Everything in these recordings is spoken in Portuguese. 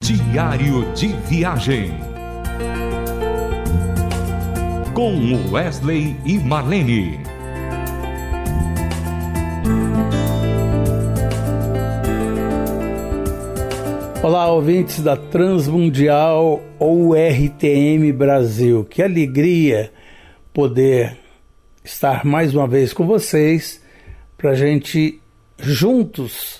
Diário de Viagem, com Wesley e Marlene. Olá, ouvintes da Transmundial ou RTM Brasil. Que alegria poder estar mais uma vez com vocês para a gente juntos,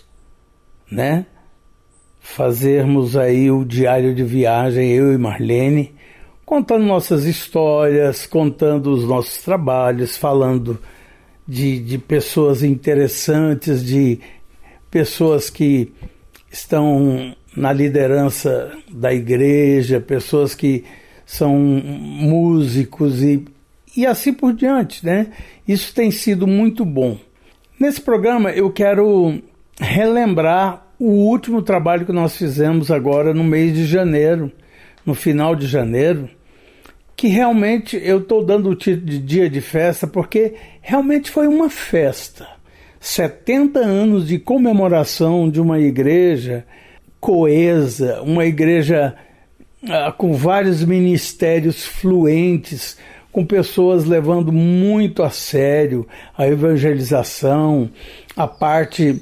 fazermos aí o diário de viagem, eu e Marlene, contando nossas histórias, contando os nossos trabalhos, falando de pessoas interessantes, de pessoas que estão na liderança da igreja, pessoas que são músicos e assim por diante, Isso tem sido muito bom. Nesse programa eu quero relembrar o último trabalho que nós fizemos agora no mês de janeiro, no final de janeiro, que realmente eu estou dando o título de dia de festa porque realmente foi uma festa. 70 anos de comemoração de uma igreja coesa, uma igreja com vários ministérios fluentes, com pessoas levando muito a sério a evangelização, a parte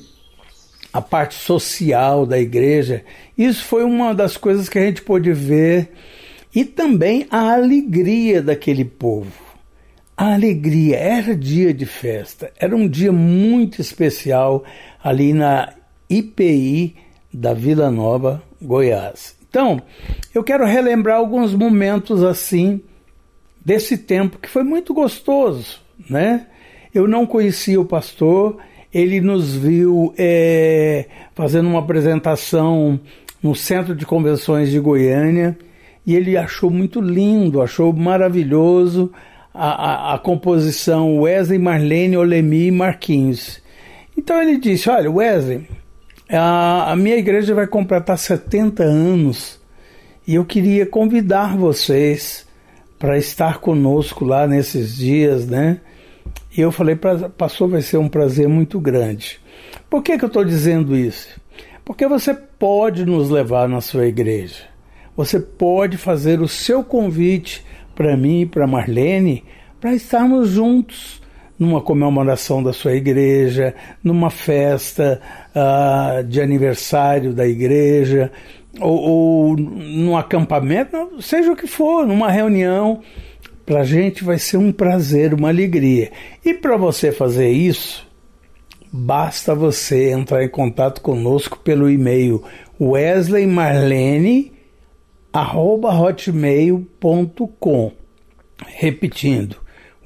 social da igreja. Isso foi uma das coisas que a gente pôde ver, e também a alegria daquele povo. A alegria, era dia de festa, era um dia muito especial ali na IPI da Vila Nova, Goiás. Então, eu quero relembrar alguns momentos assim, desse tempo que foi muito gostoso, Eu não conhecia o pastor, ele nos viu fazendo uma apresentação no Centro de Convenções de Goiânia, e ele achou muito lindo, achou maravilhoso a composição Wesley, Marlene, Olemi e Marquinhos. Então ele disse: olha, Wesley, a minha igreja vai completar 70 anos e eu queria convidar vocês para estar conosco lá nesses dias, E eu falei: pastor, vai ser um prazer muito grande. Por que eu estou dizendo isso? Porque você pode nos levar na sua igreja. Você pode fazer o seu convite para mim e para Marlene para estarmos juntos numa comemoração da sua igreja, numa festa de aniversário da igreja, ou num acampamento, seja o que for, numa reunião. Para a gente vai ser um prazer, uma alegria. E para você fazer isso, basta você entrar em contato conosco pelo e-mail wesleymarlene@hotmail.com. Repetindo,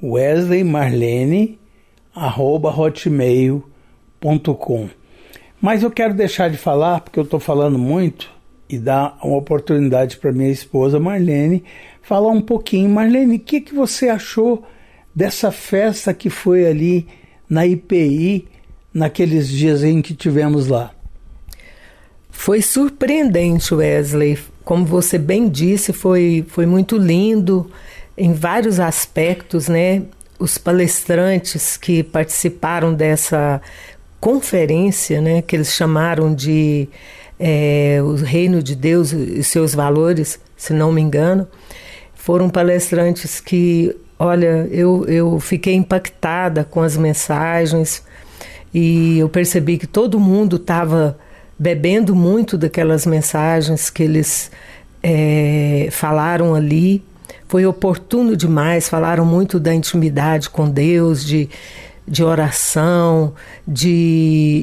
wesleymarlene@hotmail.com. Mas eu quero deixar de falar, porque eu estou falando muito, e dar uma oportunidade para minha esposa Marlene falar um pouquinho. Marlene, o que você achou dessa festa que foi ali na IPI, naqueles dias em que tivemos lá? Foi surpreendente, Wesley. Como você bem disse, foi muito lindo em vários aspectos, Os palestrantes que participaram dessa conferência, que eles chamaram de o Reino de Deus e seus valores, se não me engano, foram palestrantes que, olha, eu fiquei impactada com as mensagens e eu percebi que todo mundo estava bebendo muito daquelas mensagens que eles falaram ali. Foi oportuno demais, falaram muito da intimidade com Deus, de oração, de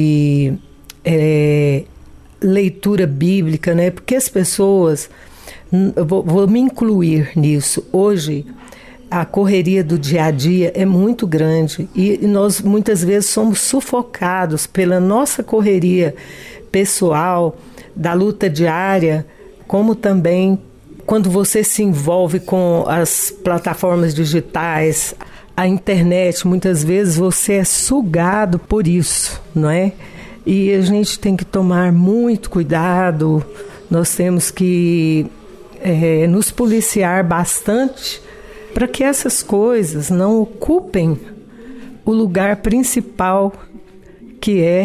leitura bíblica, porque as pessoas, eu vou me incluir nisso, hoje a correria do dia a dia é muito grande e nós muitas vezes somos sufocados pela nossa correria pessoal, da luta diária, como também quando você se envolve com as plataformas digitais, a internet, muitas vezes você é sugado por isso, não é? E a gente tem que tomar muito cuidado, nós temos que nos policiar bastante para que essas coisas não ocupem o lugar principal, que é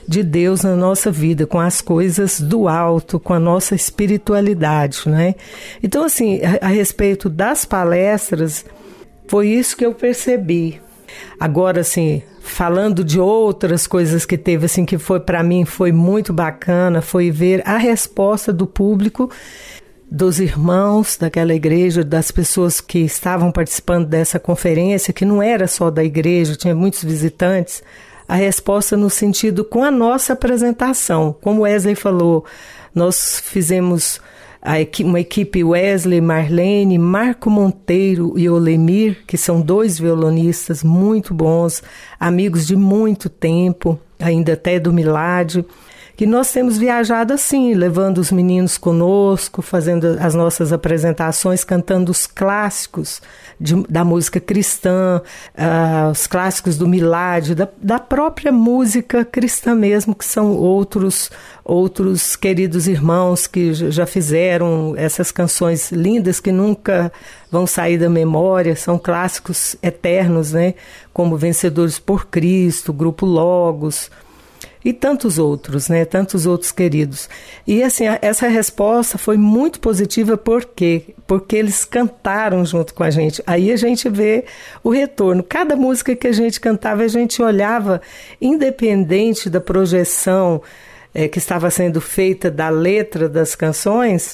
de Deus na nossa vida, com as coisas do alto, com a nossa espiritualidade, né? Então, assim, a respeito das palestras, foi isso que eu percebi. Agora, assim, falando de outras coisas que teve, assim, que foi para mim foi muito bacana, foi ver a resposta do público, dos irmãos daquela igreja, das pessoas que estavam participando dessa conferência, que não era só da igreja, tinha muitos visitantes, a resposta no sentido com a nossa apresentação. Como Wesley falou, nós fizemos uma equipe Wesley, Marlene, Marco Monteiro e Olemir, que são 2 violonistas muito bons, amigos de muito tempo, ainda até do Milad, que nós temos viajado assim, levando os meninos conosco, fazendo as nossas apresentações, cantando os clássicos da música cristã, os clássicos do Milad, da própria música cristã mesmo, que são outros queridos irmãos que já fizeram essas canções lindas que nunca vão sair da memória, são clássicos eternos, né? Como Vencedores por Cristo, Grupo Logos, e tantos outros, né? Tantos outros queridos. E assim, essa resposta foi muito positiva, por quê? Porque eles cantaram junto com a gente. Aí a gente vê o retorno. Cada música que a gente cantava, a gente olhava, independente da projeção que estava sendo feita da letra das canções,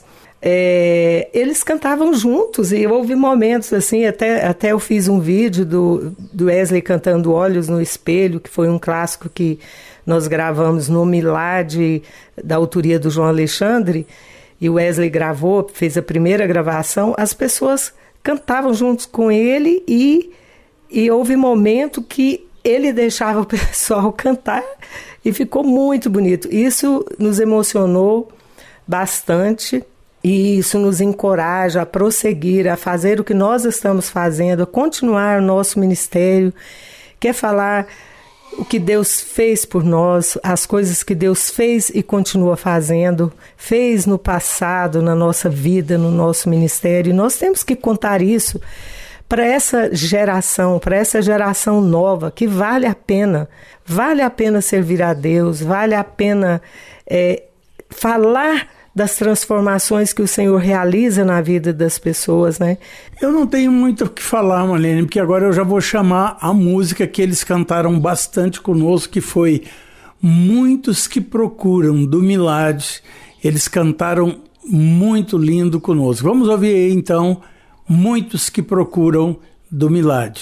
eles cantavam juntos, e houve momentos assim, até eu fiz um vídeo do Wesley cantando Olhos no Espelho, que foi um clássico que nós gravamos no Milad, da autoria do João Alexandre, e o Wesley gravou, fez a primeira gravação, as pessoas cantavam juntos com ele, e houve momento que ele deixava o pessoal cantar, e ficou muito bonito. Isso nos emocionou bastante, e isso nos encoraja a prosseguir, a fazer o que nós estamos fazendo, a continuar o nosso ministério, que é falar o que Deus fez por nós, as coisas que Deus fez e continua fazendo, fez no passado, na nossa vida, no nosso ministério. Nós temos que contar isso para essa geração nova, que vale a pena servir a Deus, vale a pena falar das transformações que o Senhor realiza na vida das pessoas, né? Eu não tenho muito o que falar, Marlene, porque agora eu já vou chamar a música que eles cantaram bastante conosco, que foi Muitos que Procuram, do Milad. Eles cantaram muito lindo conosco. Vamos ouvir aí, então, Muitos que Procuram, do Milad.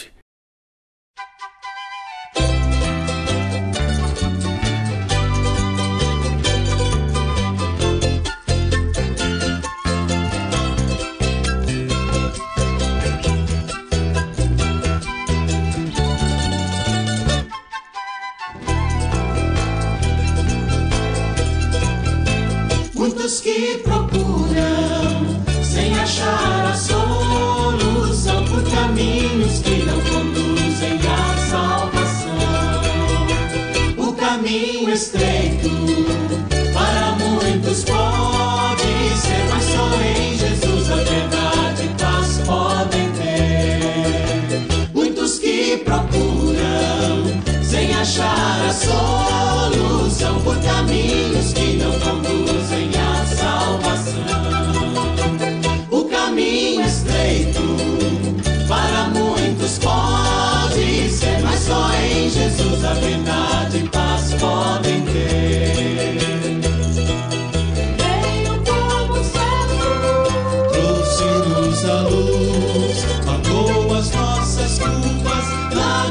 Muitos que procuram sem achar a solução por caminhos que não conduzem à salvação. O caminho estreito para muitos pode ser, mas só em Jesus a verdade e paz podem ter. Muitos que procuram sem achar a solução por caminhos que não conduzem à salvação. O caminho estreito para muitos pode ser, mas só em Jesus a verdade e paz podem ter. Veio como servo, trouxe-nos a luz, pagou as nossas culpas na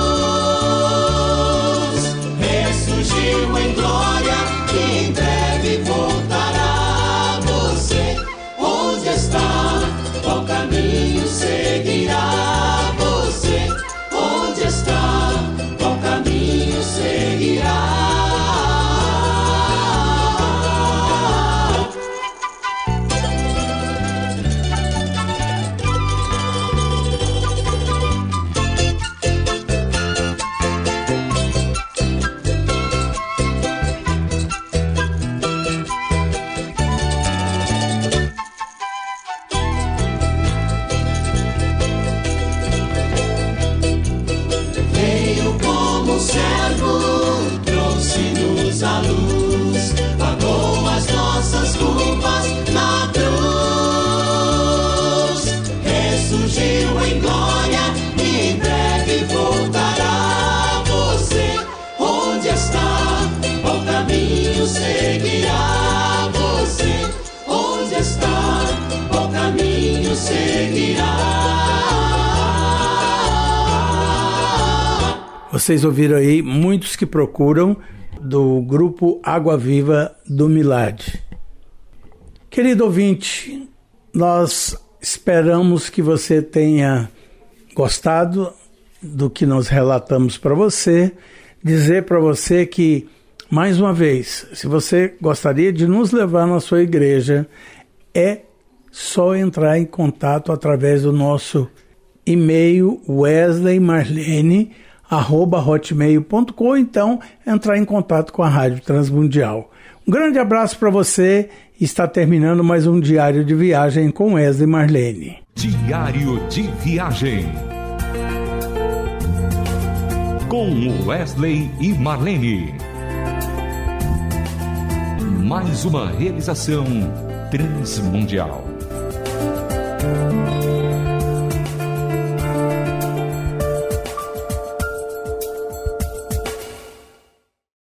cruz, ressurgiu em glória e em breve voltará. Você, onde está? Qual caminho seguirá? Você, onde está? Qual caminho seguirá? Vocês ouviram aí Muitos que Procuram, do grupo Água Viva do Milad. Querido ouvinte, nós esperamos que você tenha gostado do que nós relatamos para você. Dizer para você que, mais uma vez, se você gostaria de nos levar na sua igreja, é só entrar em contato através do nosso e-mail wesleymarlene@hotmail.com, então entrar em contato com a Rádio Transmundial. Um grande abraço para você. Está terminando mais um Diário de Viagem com Wesley Marlene. Diário de Viagem com Wesley e Marlene. Mais uma realização Transmundial.